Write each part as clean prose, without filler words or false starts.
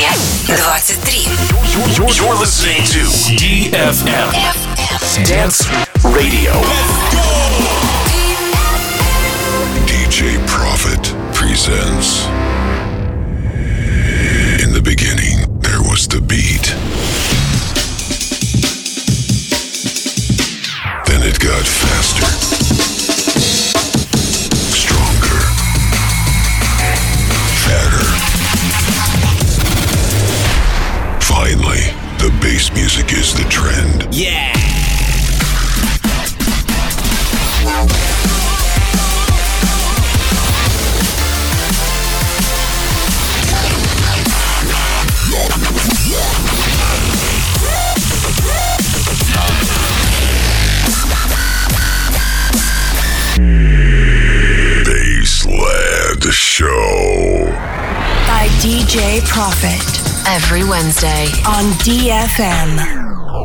23. You're listening to DFM Dance Radio. DJ Prophet presents. In the beginning, there was the beat. Then it got faster, stronger, fatter. Finally, the bass music is the trend. Yeah! Bassland Show By DJ Prophet. Every Wednesday on DFM.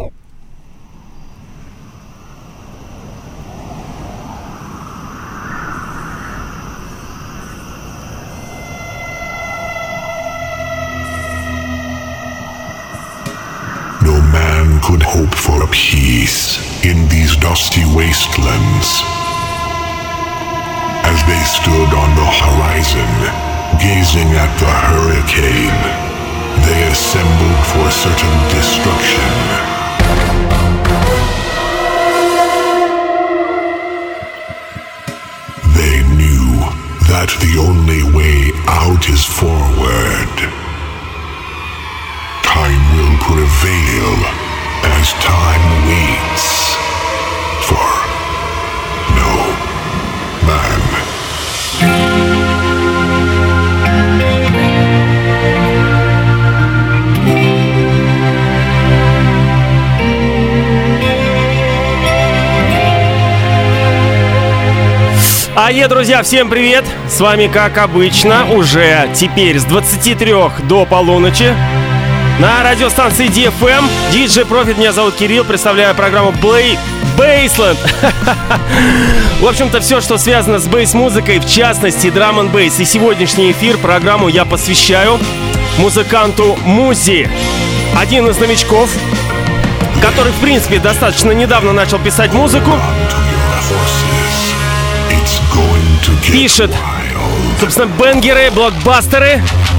No man could hope for a peace in these dusty wastelands. As they stood on the horizon, gazing at the hurricane, they assembled for certain destruction. They knew that the only way out is forward. Time will prevail as time waits for no man. Друзья, всем привет! С вами, как обычно, уже теперь с 23 до полуночи на радиостанции DFM. DJ Prophet, меня зовут Кирилл, представляю программу Bassland. В общем-то, все, что связано с бейс-музыкой, в частности, драм н бейс. И сегодняшний эфир, программу я посвящаю музыканту Музи. Один из новичков, который, в принципе, достаточно недавно начал писать музыку. Пишет, собственно, бенгеры, блокбастеры.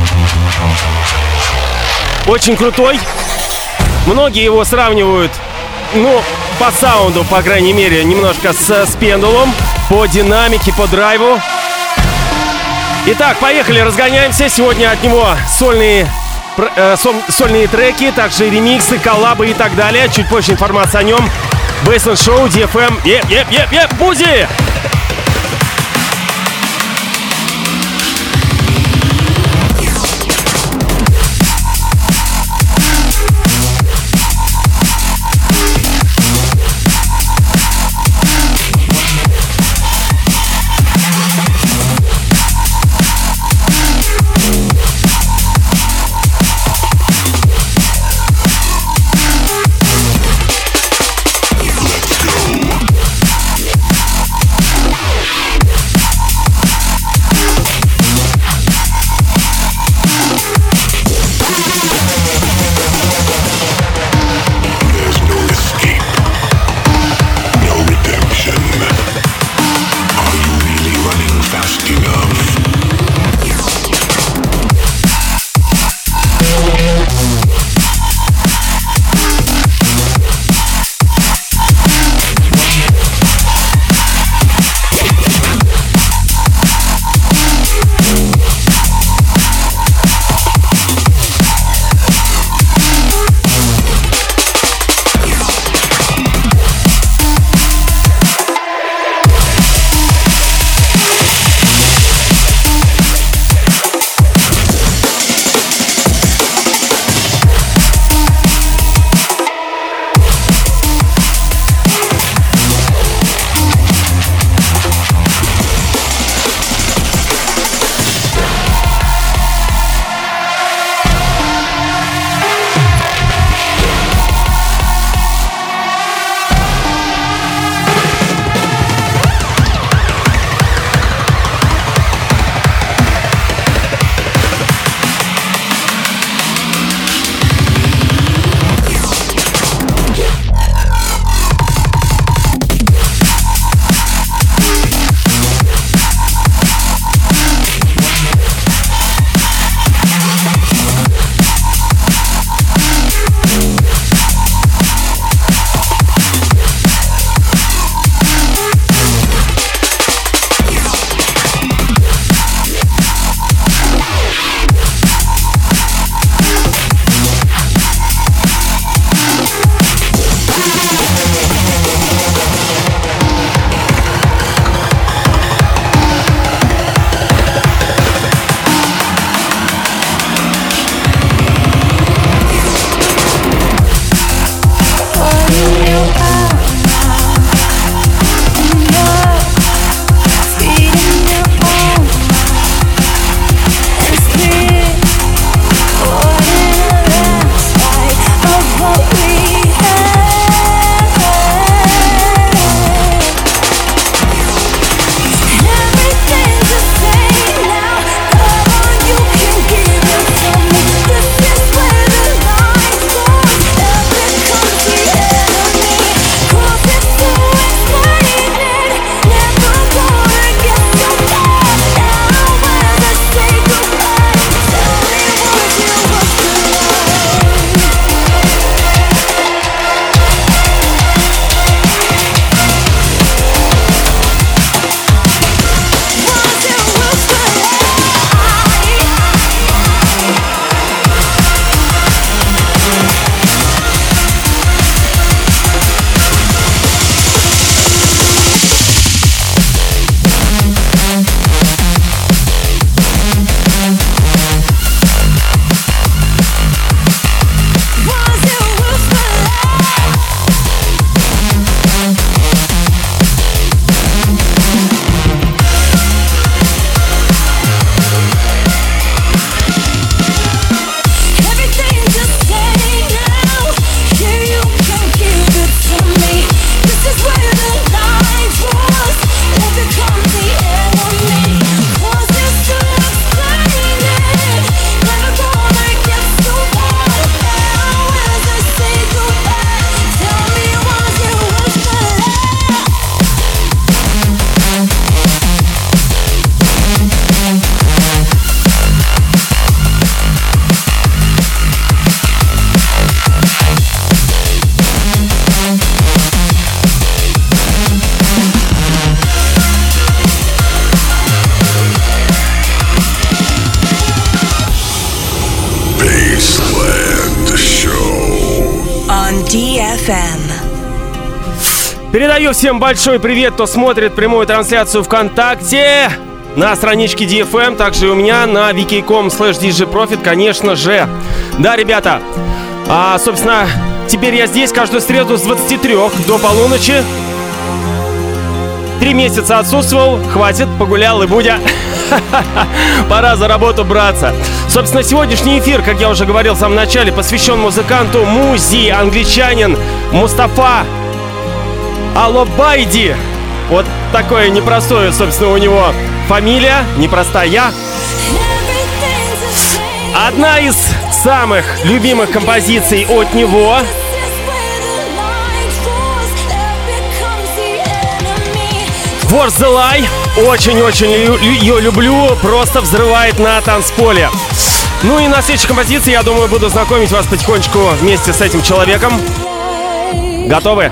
Очень крутой. Многие его сравнивают, по саунду, по крайней мере, немножко с Пендулом, по динамике, по драйву. Итак, поехали, разгоняемся. Сегодня от него сольные треки, также ремиксы, коллабы и так далее. Чуть позже информация о нем. Bassland Show, DFM. Музи! Baseland Show on DFM. Передаю всем большой привет, кто смотрит прямую трансляцию ВКонтакте на страничке DFM, также и у меня на wiki.com/DJProfit, конечно же. Да, ребята, собственно, теперь я здесь каждую среду с 23 до полуночи. 3 месяца отсутствовал, хватит, погулял и будя. Пора за работу браться. Собственно, сегодняшний эфир, как я уже говорил в самом начале, посвящен музыканту Музи, англичанин Мустафа Алабайди. Вот такое непростое, собственно, у него фамилия, непростая. Одна из самых любимых композиций от него — What's the Lie. Очень-очень ее люблю, просто взрывает на танцполе. Ну и на следующей композиции, я думаю, буду знакомить вас потихонечку вместе с этим человеком. Готовы?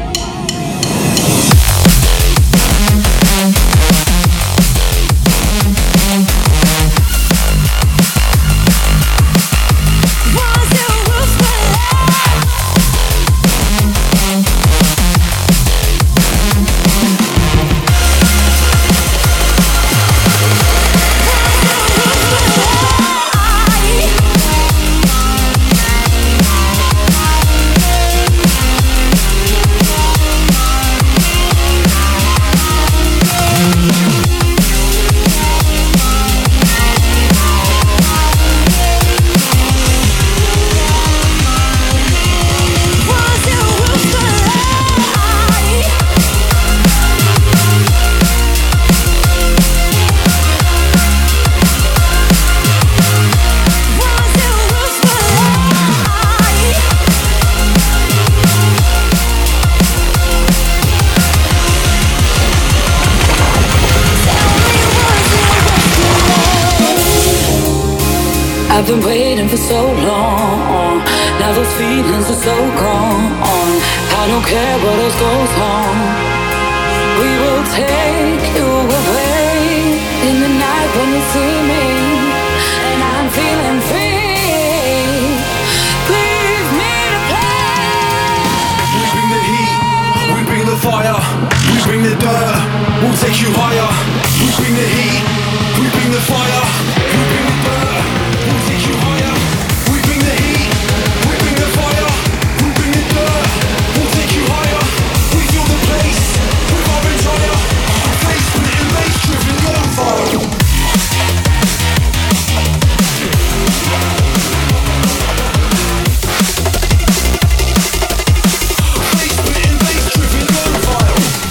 I've been waiting for so long. Now those feelings are so gone. I don't care what else goes on. We will take you away in the night when you see me, and I'm feeling free. Leave me to play. We bring the heat, we bring the fire, we bring the dirt, we'll take you higher. We bring the heat, we bring the fire, we bring the dirt. We'll take you higher. We bring the heat. We bring the fire. We bring the dirt. We'll take you higher. We feel the place with our entire face splitting, bass-driven lo-fi. Face-splitting, bass-driven lo-fi.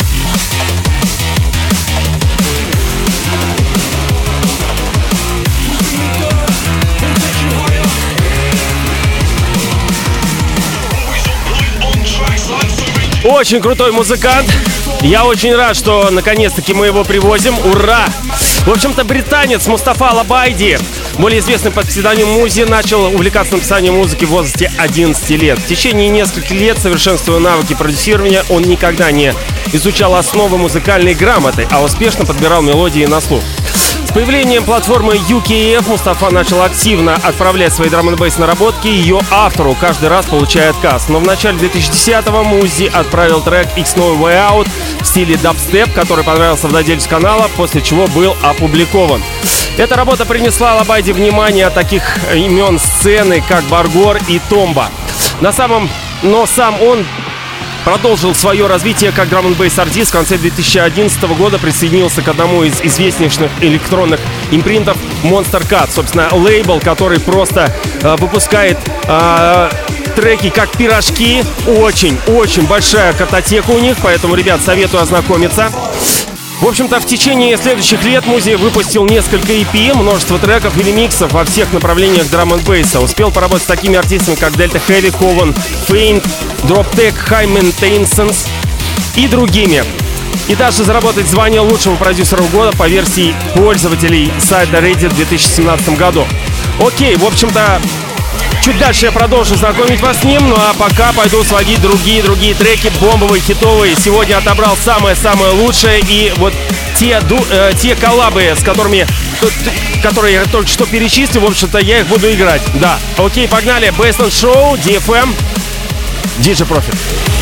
Очень крутой музыкант. Я очень рад, что наконец-таки мы его привозим. Ура! В общем-то, британец Мустафа Алабайди, более известный под псевдонимом Музи, начал увлекаться написанием музыки в возрасте 11 лет. В течение нескольких лет, совершенствуя навыки продюсирования, он никогда не изучал основы музыкальной грамоты, а успешно подбирал мелодии на слух. С появлением платформы UKF Мустафа начал активно отправлять свои драм-н-бейс наработки ее автору, каждый раз получая отказ. Но в начале 2010-го Музи отправил трек X No Way Out в стиле дабстеп, который понравился владельцу канала, после чего был опубликован. Эта работа принесла Алабайди внимание от таких имен сцены, как Баргор и Томба. Но сам он продолжил свое развитие как драм-н-бейс-артист. В конце 2011 года присоединился к одному из известнейших электронных импринтов Monster Cat. Собственно, лейбл, который просто выпускает треки как пирожки. Очень большая картотека у них, поэтому, ребят, советую ознакомиться. В общем-то, в течение следующих лет Музи выпустил несколько EP, множество треков и ремиксов во всех направлениях драм-н-бейса. Успел поработать с такими артистами, как Delta Heavy, Coven, Faint, Droptech, High Maintenance и другими. И даже заработать звание лучшего продюсера года по версии пользователей сайта Reddit в 2017 году. Окей, в общем-то, чуть дальше я продолжу знакомить вас с ним, ну а пока пойду сводить другие треки, бомбовые, хитовые. Сегодня отобрал самое-самое лучшее, и вот те коллабы, с которыми которые я только что перечислил, в общем-то, я их буду играть. Да. Окей, погнали. Baseline Show, DFM, DJ Profit.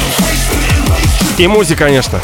И музыка, конечно.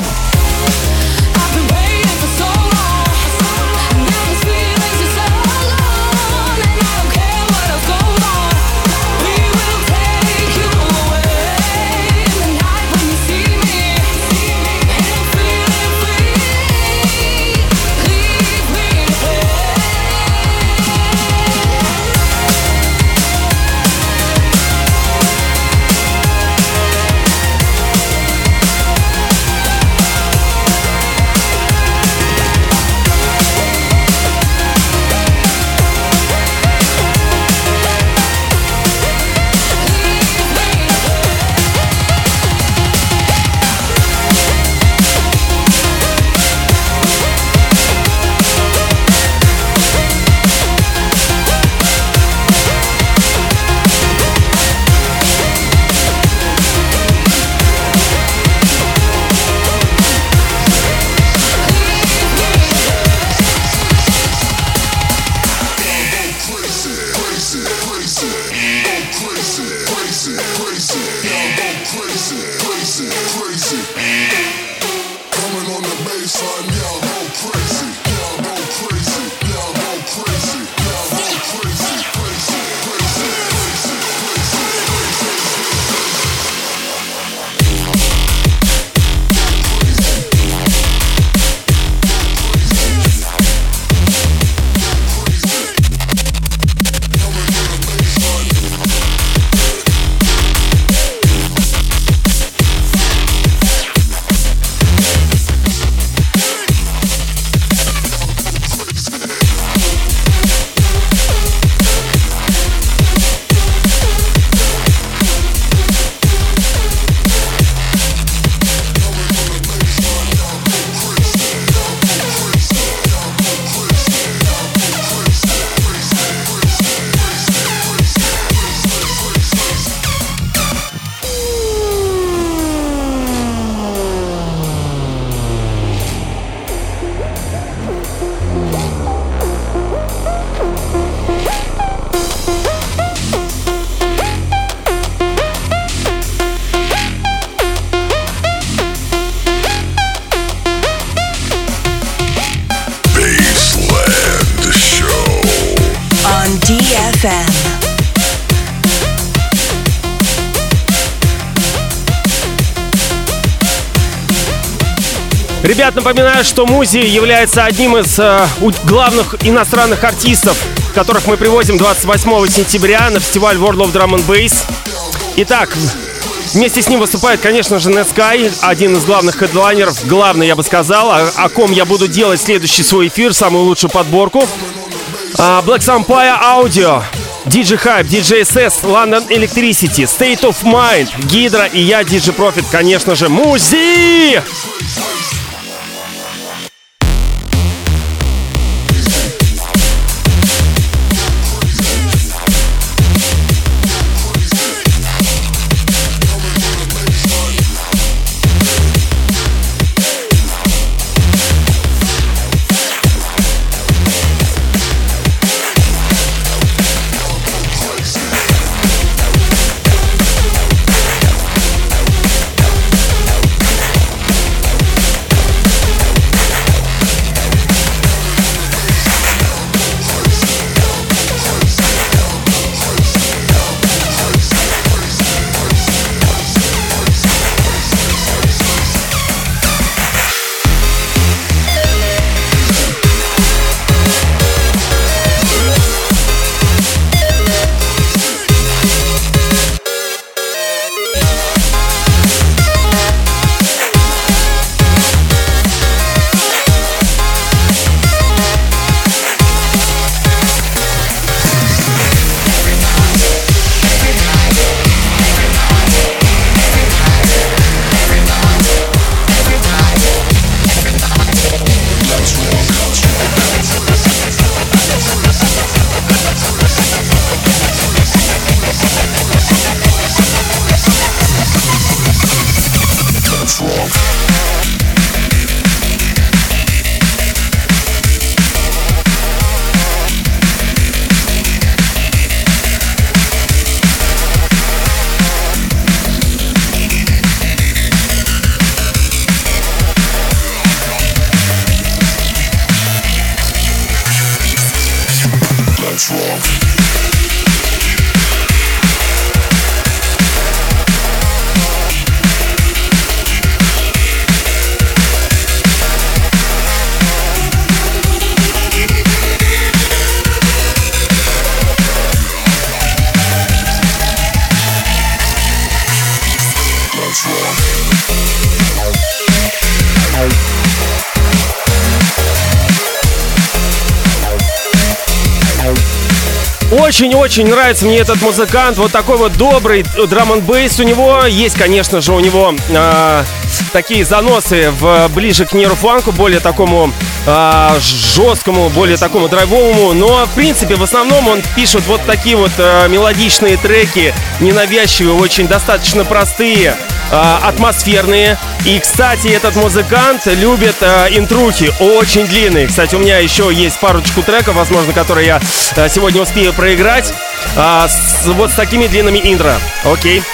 Ребят, напоминаю, что Музи является одним из главных иностранных артистов, которых мы привозим 28 сентября на фестиваль World of Drum and Bass. Итак, вместе с ним выступает, конечно же, Netsky, один из главных хедлайнеров, главный, я бы сказал, о ком я буду делать следующий свой эфир, самую лучшую подборку. Black Sampire Audio, DJ Hype, DJ SS, London Electricity, State of Mind, Гидра и я, DJ Profit, конечно же, Музи! Очень-очень нравится мне этот музыкант. Вот такой вот добрый драм-н-бейс у него. Есть, конечно же, у него такие заносы ближе к нейрофанку, более такому жесткому, более такому драйвовому. Но, в принципе, в основном он пишет вот такие вот мелодичные треки, ненавязчивые, очень достаточно простые, атмосферные. И, кстати, этот музыкант любит интрухи, очень длинные. Кстати, у меня еще есть парочку треков, возможно, которые я сегодня успею проиграть, вот с такими длинными интро. Окей.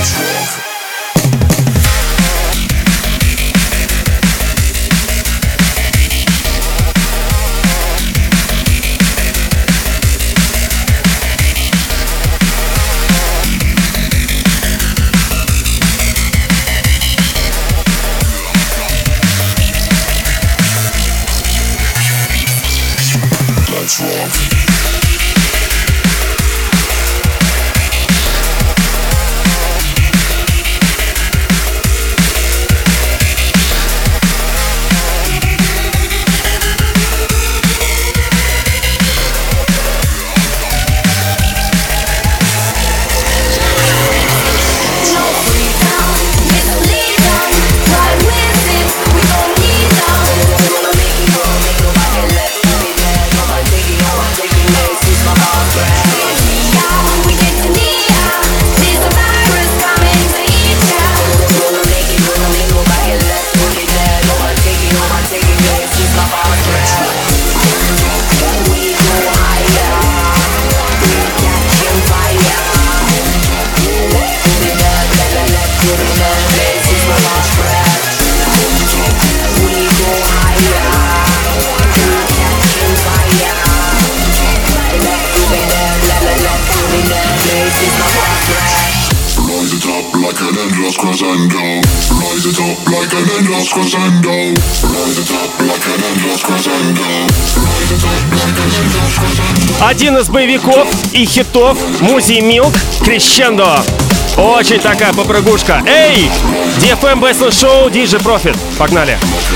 Один из боевиков и хитов Музи Милк Crescendo. Очень такая попрыгушка. Эй! DFM Bassline Show, DJ Profit. Погнали.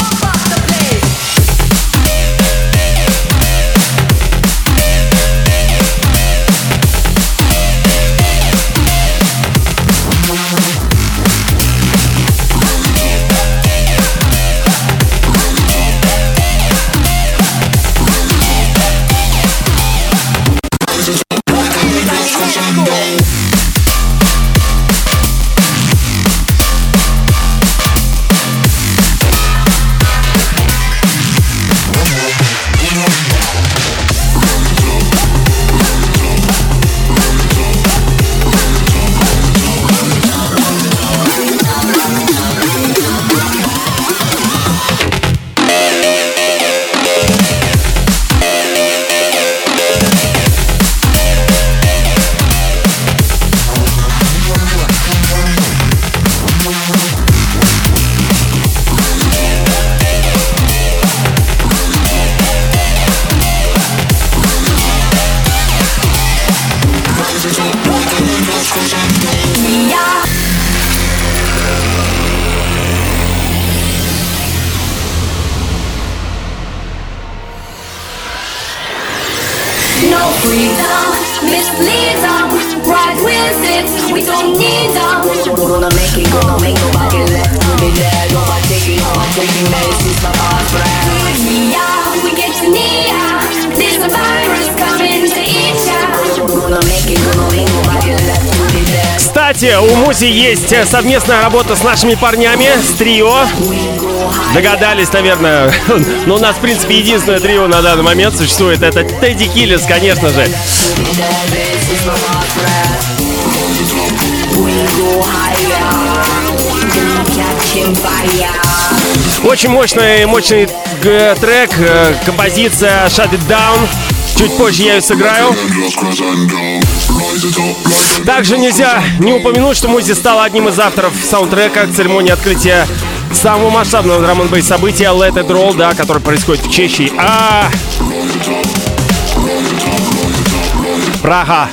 Кстати, у Музи есть совместная работа с нашими парнями, с трио. Догадались, наверное. Но у нас, в принципе, единственное трио на данный момент существует. Это Тедди Киллис, конечно же. Очень мощный трек, композиция Shut It Down. Чуть позже я ее сыграю. Также нельзя не упомянуть, что Музи стала одним из авторов саундтрека к церемонии открытия самого масштабного драм-н-бейс события Let It Roll, да, который происходит в Чехии. Прага.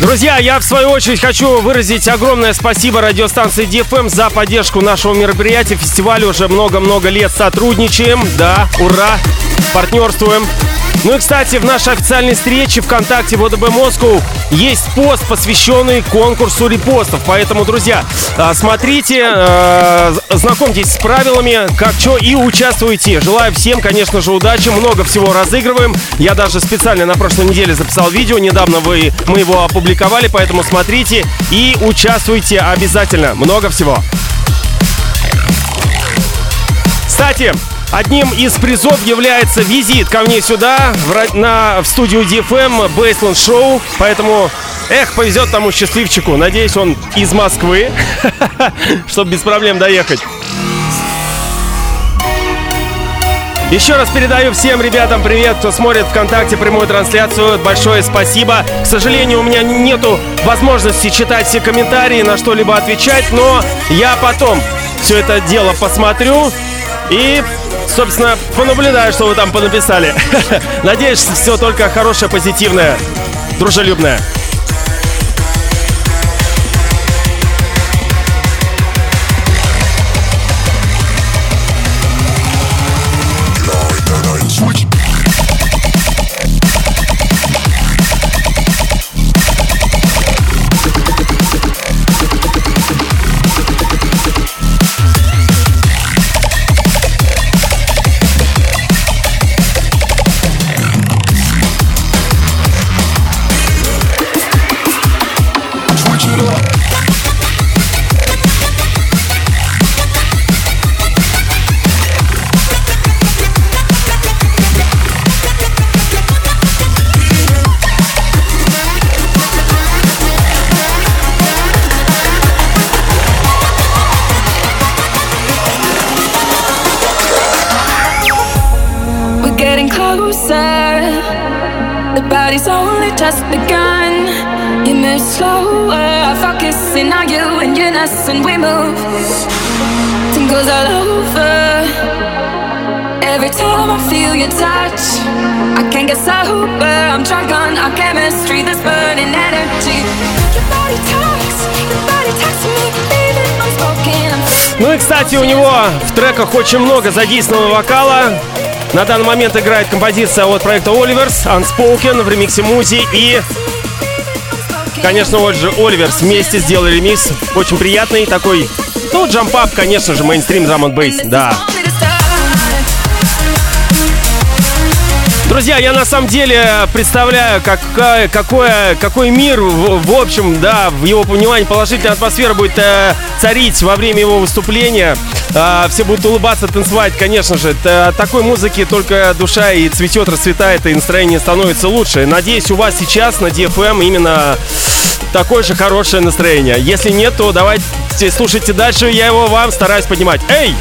Друзья, я в свою очередь хочу выразить огромное спасибо радиостанции DFM за поддержку нашего мероприятия. Фестиваль уже много-много лет сотрудничаем. Да, ура, партнерствуем. Ну и, кстати, в нашей официальной встрече ВКонтакте ВДБ Москву есть пост, посвященный конкурсу репостов. Поэтому, друзья, смотрите, знакомьтесь с правилами, как что, и участвуйте. Желаю всем, конечно же, удачи. Много всего разыгрываем. Я даже специально на прошлой неделе записал видео. Недавно мы его опубликовали, поэтому смотрите и участвуйте обязательно. Много всего. Кстати, одним из призов является визит ко мне сюда, в студию DFM, Baseline Show. Поэтому, повезет тому счастливчику. Надеюсь, он из Москвы, чтобы без проблем доехать. Еще раз передаю всем ребятам привет, кто смотрит ВКонтакте прямую трансляцию. Большое спасибо. К сожалению, у меня нету возможности читать все комментарии, на что-либо отвечать, но я потом все это дело посмотрю и, собственно, понаблюдаю, что вы там понаписали. Надеюсь, все только хорошее, позитивное, дружелюбное. Body's only just begun. You move slower, focusing on you and your ness, and we move. Tingles all over. Every time I feel your touch, I can't get sober. I'm drunk on our chemistry, this burning energy. Your body talks to me, baby, unspoken. Ну и, кстати, у него в треках очень много задействованного вокала. На данный момент играет композиция от проекта Olivers, Unspoken в ремиксе Музи. И, конечно, Olivers вместе сделали ремикс. Очень приятный такой, джамп-ап, конечно же, мейнстрим драм-н-бейс, да. Друзья, я на самом деле представляю, какой мир, в общем, да, в его понимании положительная атмосфера будет царить во время его выступления. Все будут улыбаться, танцевать, конечно же. От такой музыки только душа и цветет, расцветает, и настроение становится лучше. Надеюсь, у вас сейчас на DFM именно такое же хорошее настроение. Если нет, то давайте слушайте дальше, я его вам стараюсь поднимать. Эй!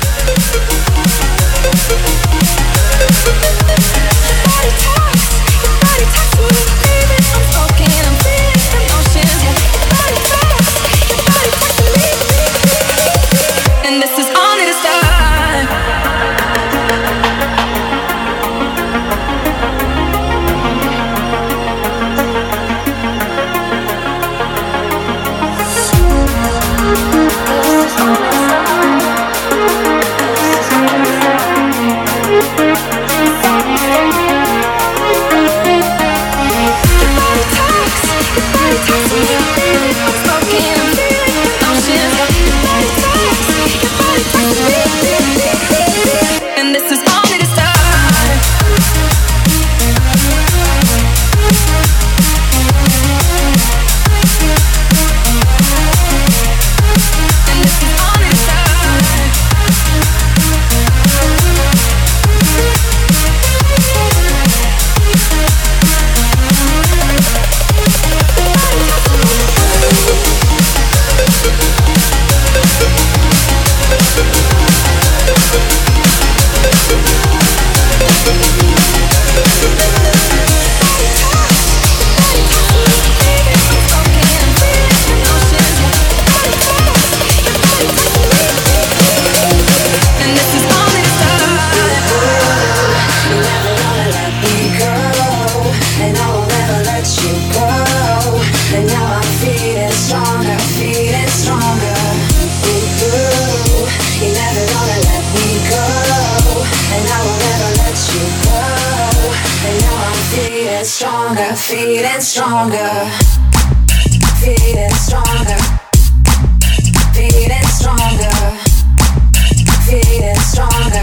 feeling stronger, feeling stronger, feeling stronger, feeling stronger.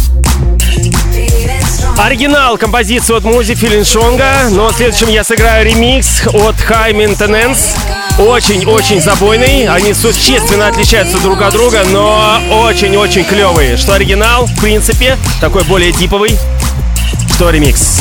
Оригинал композиции от Музи Feeling Stronger, но следующим я сыграю ремикс от High Maintenance. Очень-очень забойный, они существенно отличаются друг от друга, но очень-очень клевые. Что оригинал, в принципе, такой более диповый, что ремикс.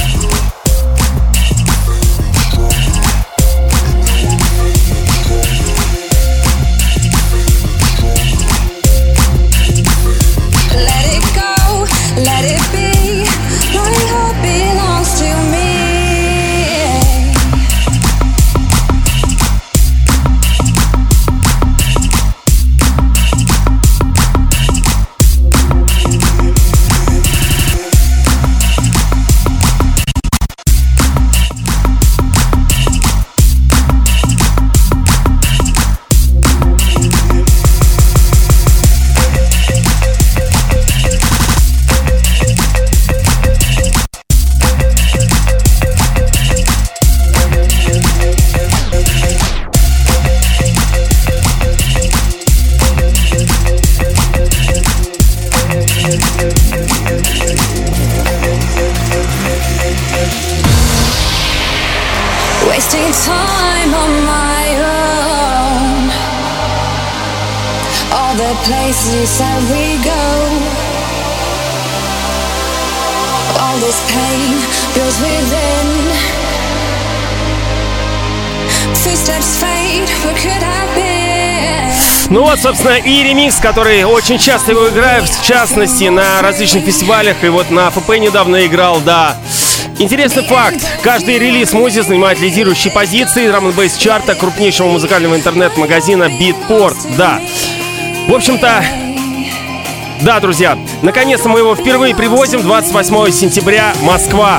Wasting time on my own. All the places you said we go. All this pain builds within. Footsteps fade, what could have been? Ну вот, собственно, и ремикс, который очень часто его играю, в частности, на различных фестивалях. И вот на ФП недавно играл, да. Интересный факт. Каждый релиз Музи занимает лидирующие позиции драм-н-бейс чарта крупнейшего музыкального интернет-магазина Beatport. Да. В общем-то, да, друзья, наконец-то мы его впервые привозим. 28 сентября, Москва.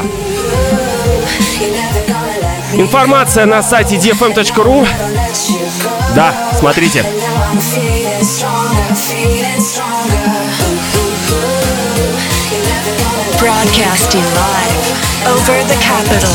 Информация на сайте dfm.ru. Да, смотрите. Broadcasting live over the capital.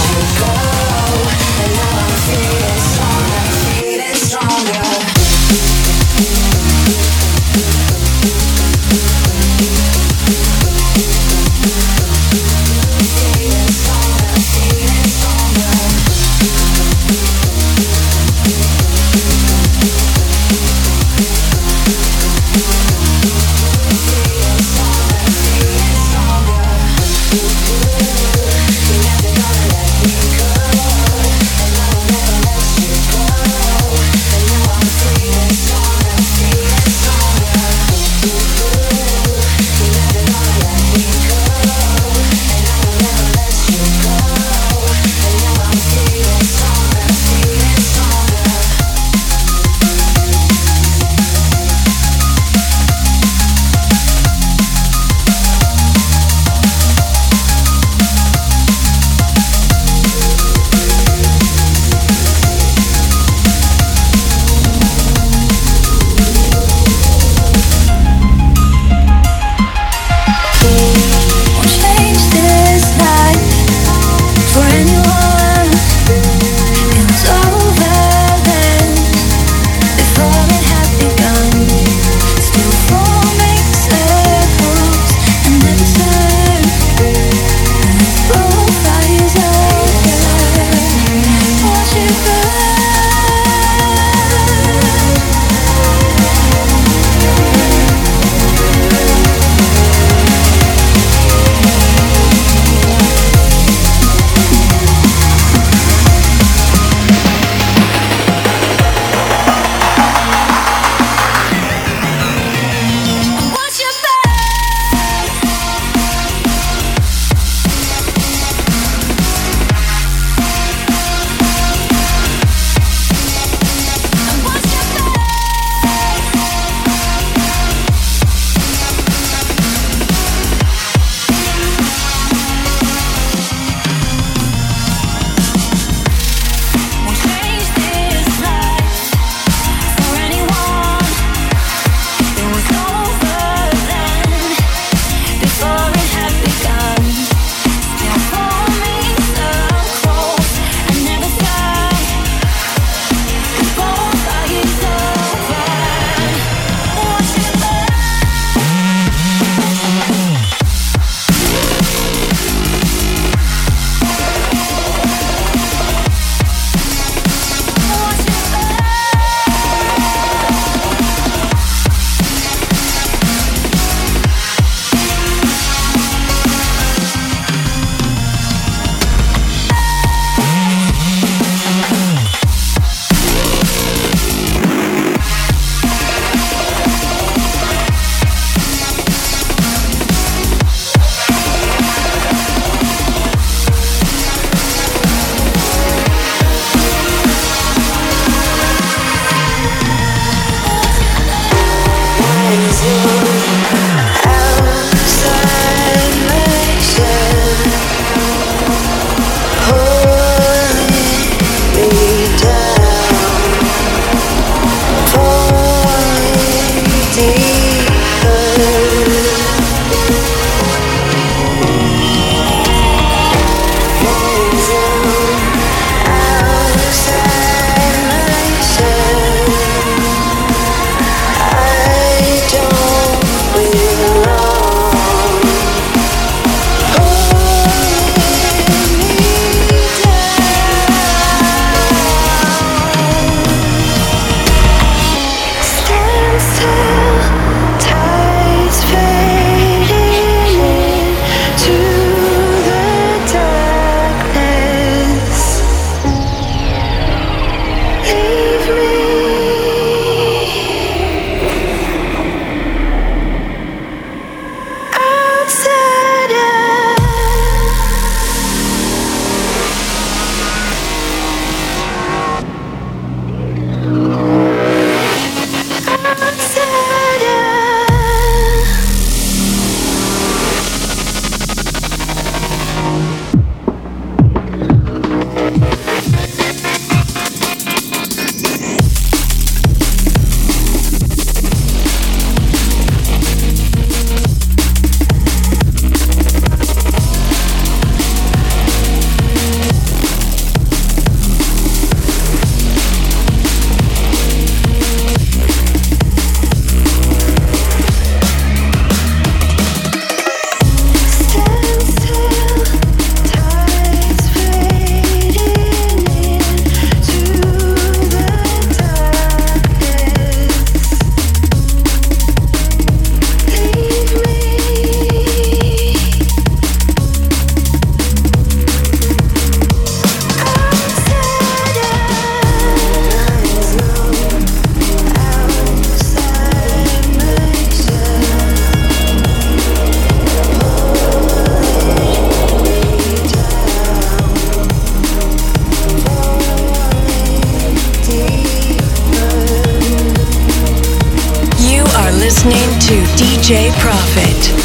to DJ Profit.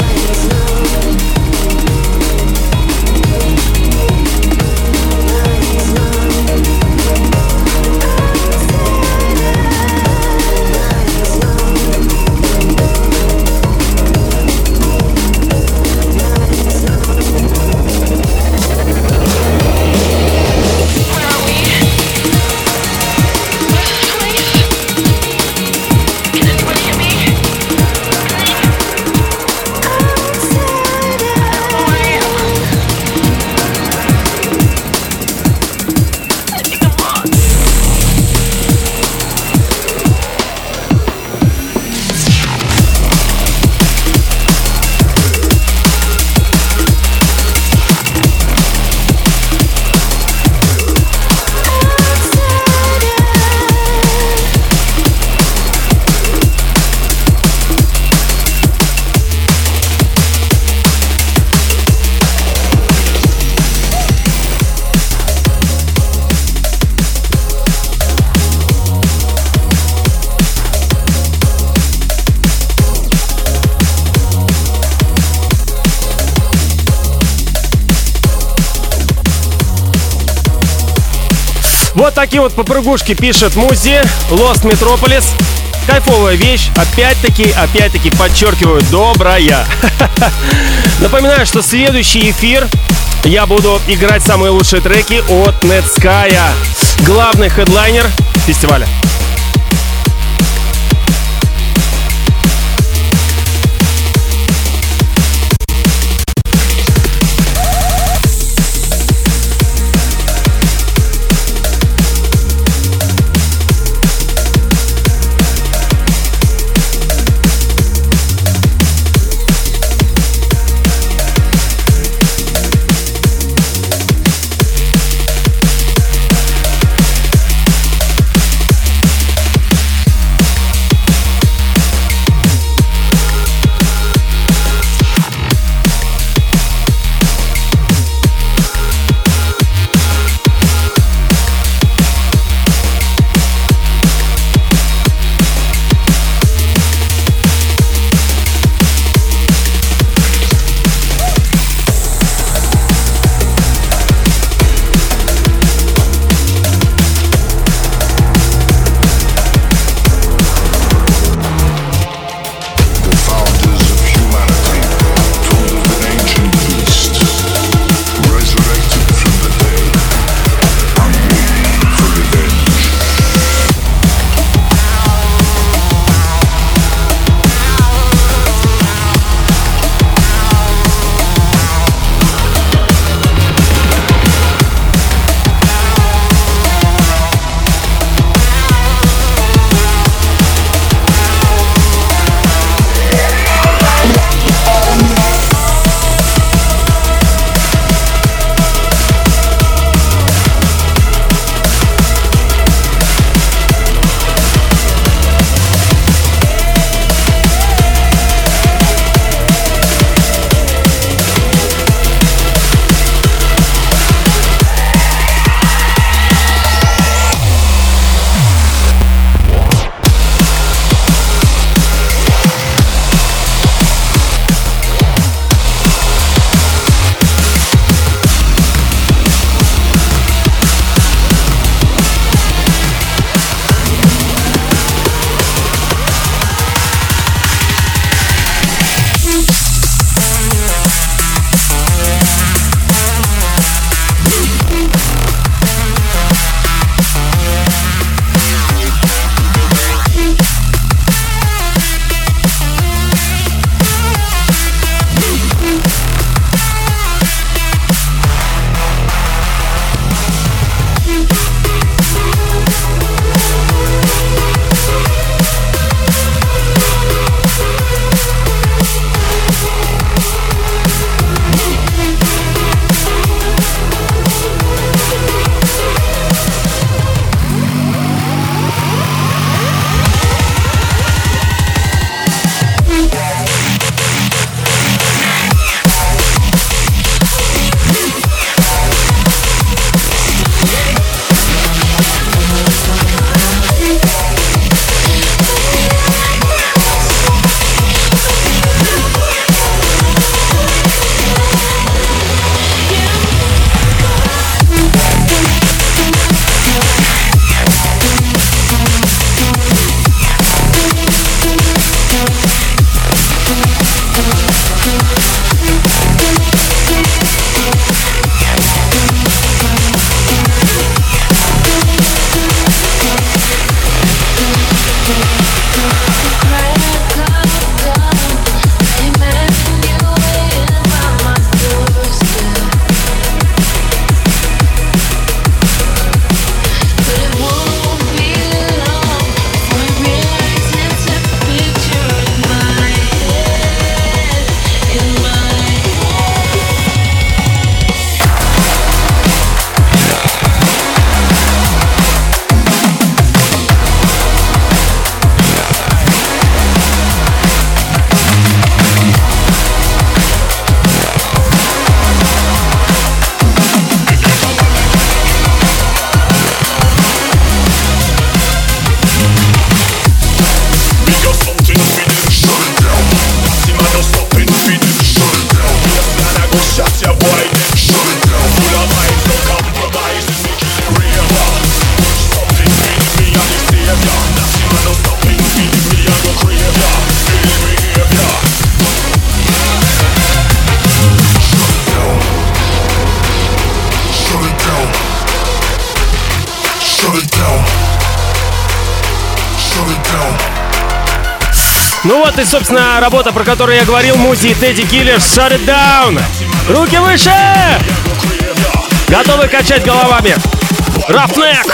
Вот такие вот попрыгушки пишет Музи, Lost Metropolis. Кайфовая вещь, опять-таки подчеркиваю, добрая. Напоминаю, что следующий эфир я буду играть самые лучшие треки от Netsky, главный хедлайнер фестиваля. Ну вот и, собственно, работа, про которую я говорил, Музи и Teddy Killers, Shut It Down. Руки выше! Готовы качать головами? Roughneck!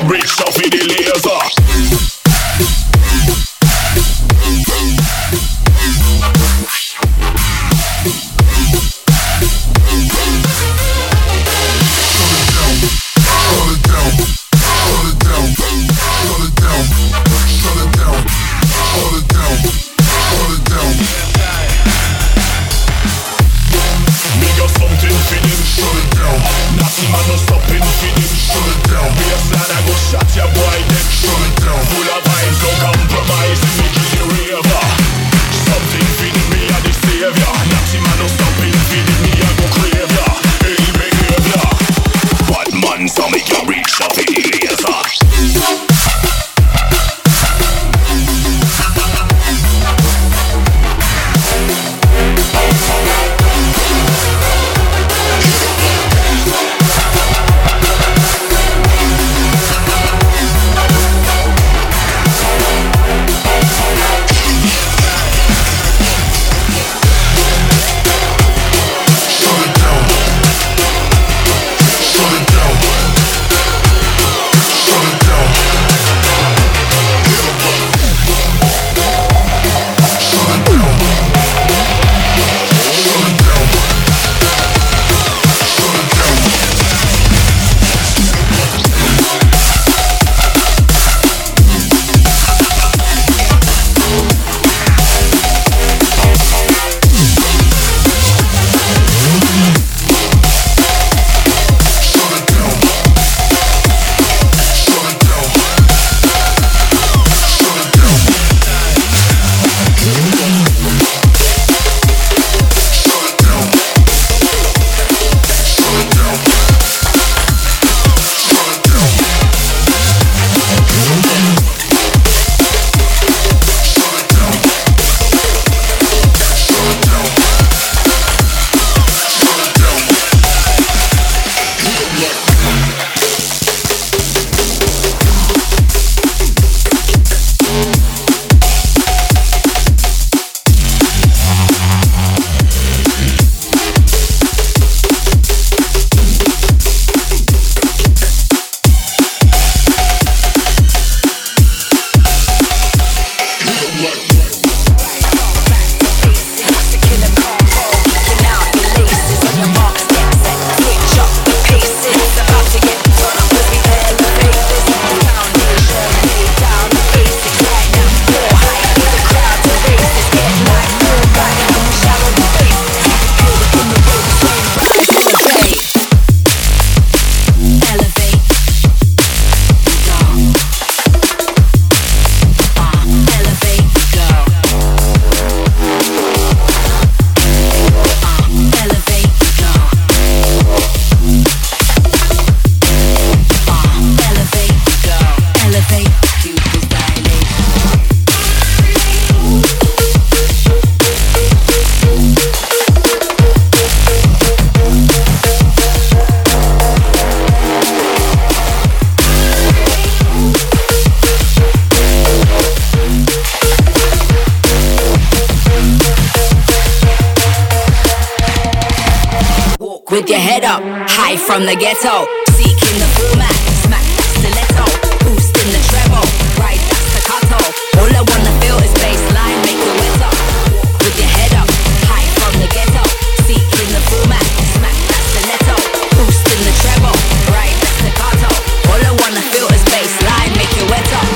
with your head up, high from the ghetto. Seeking the format, smack that stiletto, boosting the treble, ride that staccato. All I wanna feel is bassline, make you wet up. With your head up, high from the ghetto. Seeking the format, smack that stiletto, boosting the treble, ride that staccato. All I wanna feel is bassline, make you wet up.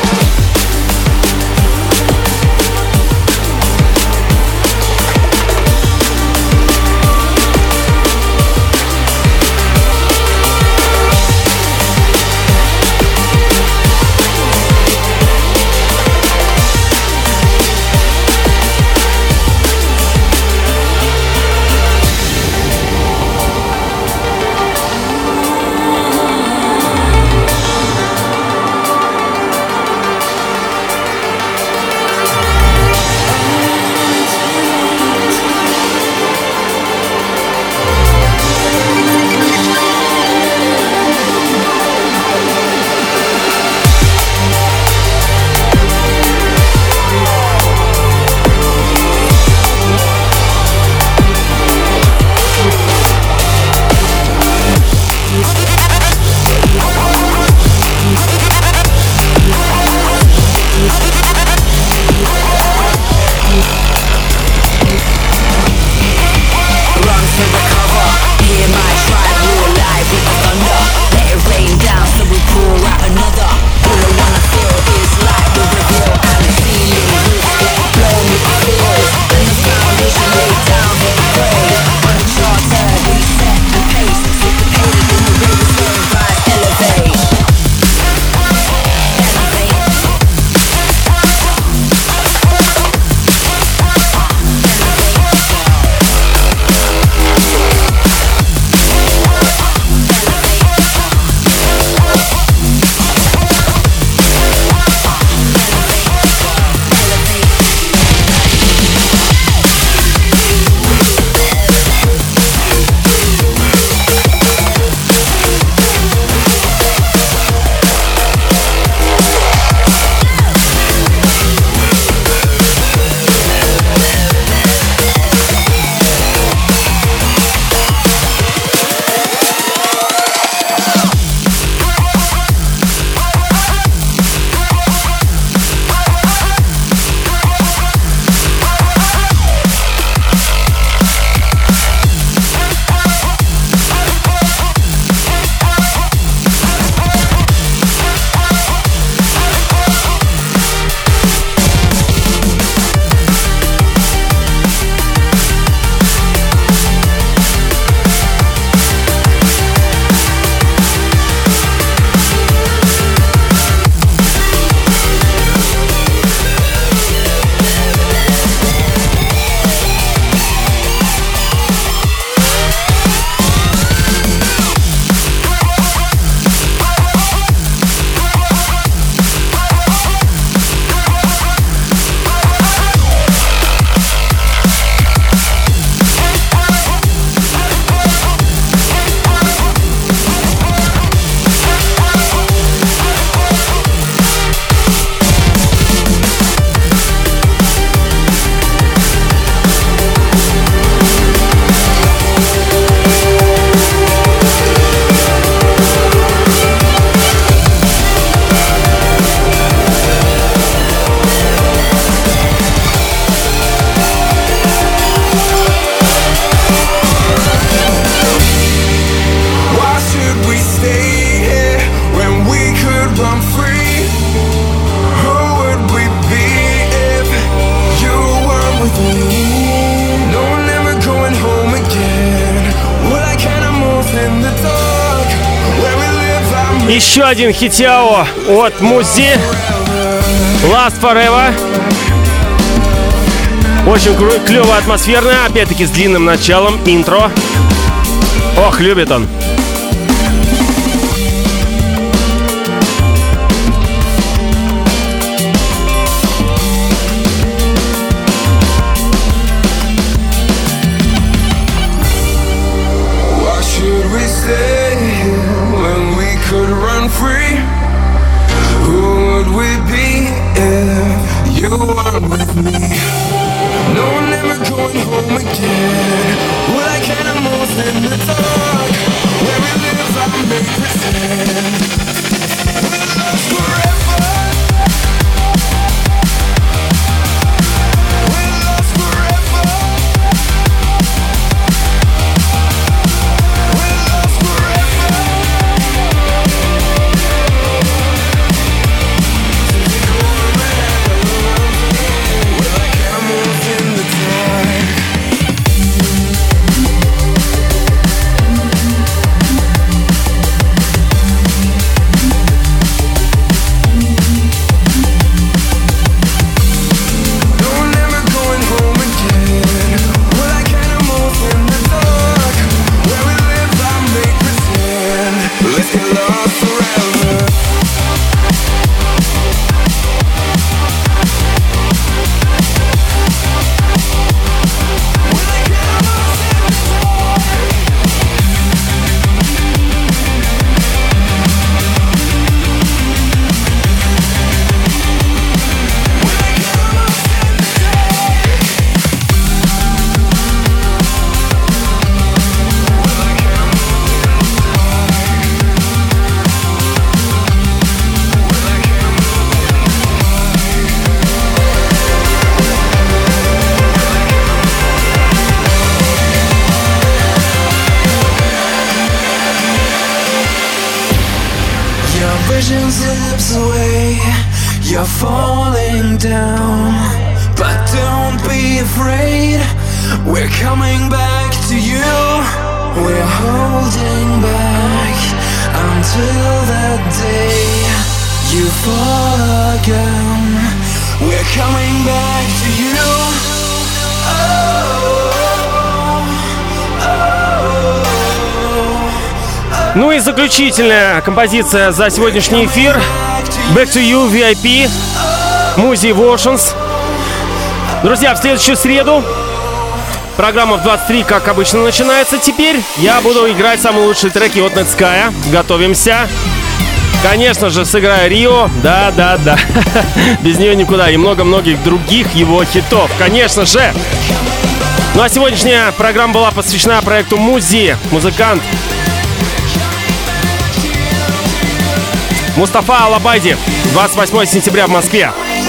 Еще один хитяо от Музи. Last Forever. Очень клево, атмосферно. Опять-таки с длинным началом. Интро. Ох, любит он. With me, no, never going home again. We're like animals in the dark. Where we live, I make pretend. We're lost forever. We're lost forever. We're lost forever. Vision slips away, you're falling down. But don't be afraid, we're coming back to you. We're holding back until that day you fall again. We're coming back to you. Ну и заключительная композиция за сегодняшний эфир. Back to You, VIP, Muzi Emotions. Друзья, в следующую среду программа в 23, как обычно, начинается. Теперь я буду играть самые лучшие треки от Netsky. Готовимся. Конечно же, сыграю Рио. Да. Без нее никуда. И много-многих других его хитов. Конечно же. Ну а сегодняшняя программа была посвящена проекту Muzi. Музыкант Мустафа Алабайди. 28 сентября в Москве.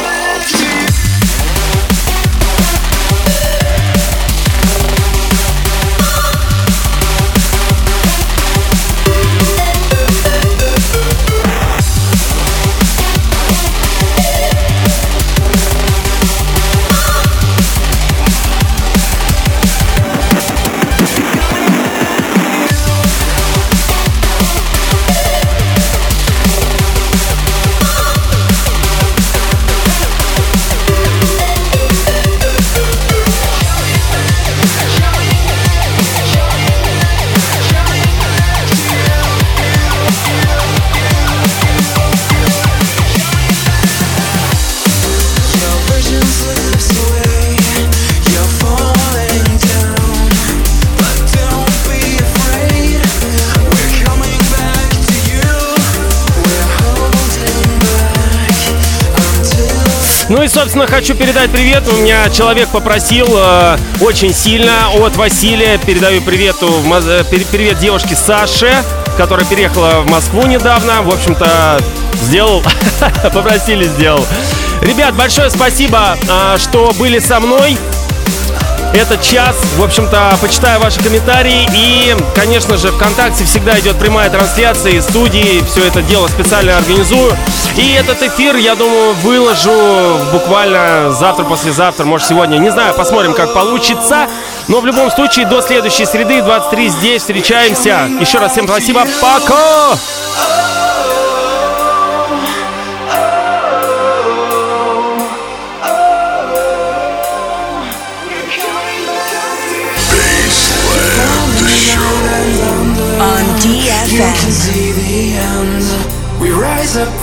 Ну и, собственно, хочу передать привет. У меня человек попросил очень сильно от Василия. Передаю привет девушке Саше, которая переехала в Москву недавно. В общем-то, сделал. Попросили, сделал. Ребят, большое спасибо, что были со мной этот час. В общем-то, почитаю ваши комментарии. И, конечно же, ВКонтакте всегда идет прямая трансляция из студии. Все это дело специально организую. И этот эфир, я думаю, выложу буквально завтра, послезавтра, может, сегодня. Не знаю, посмотрим, как получится. Но в любом случае, до следующей среды, 23, здесь встречаемся. Еще раз всем спасибо. Пока!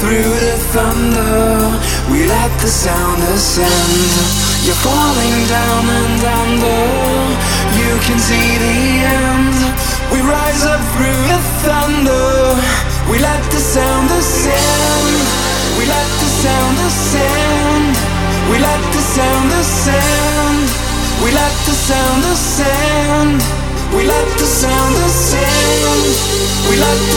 through the thunder. We let the sound ascend. You're falling down and under. You can see the end. We rise up through the thunder. We let the sound ascend. We let the sound ascend. We let the sound ascend. We let the sound ascend. We let the sound ascend. We let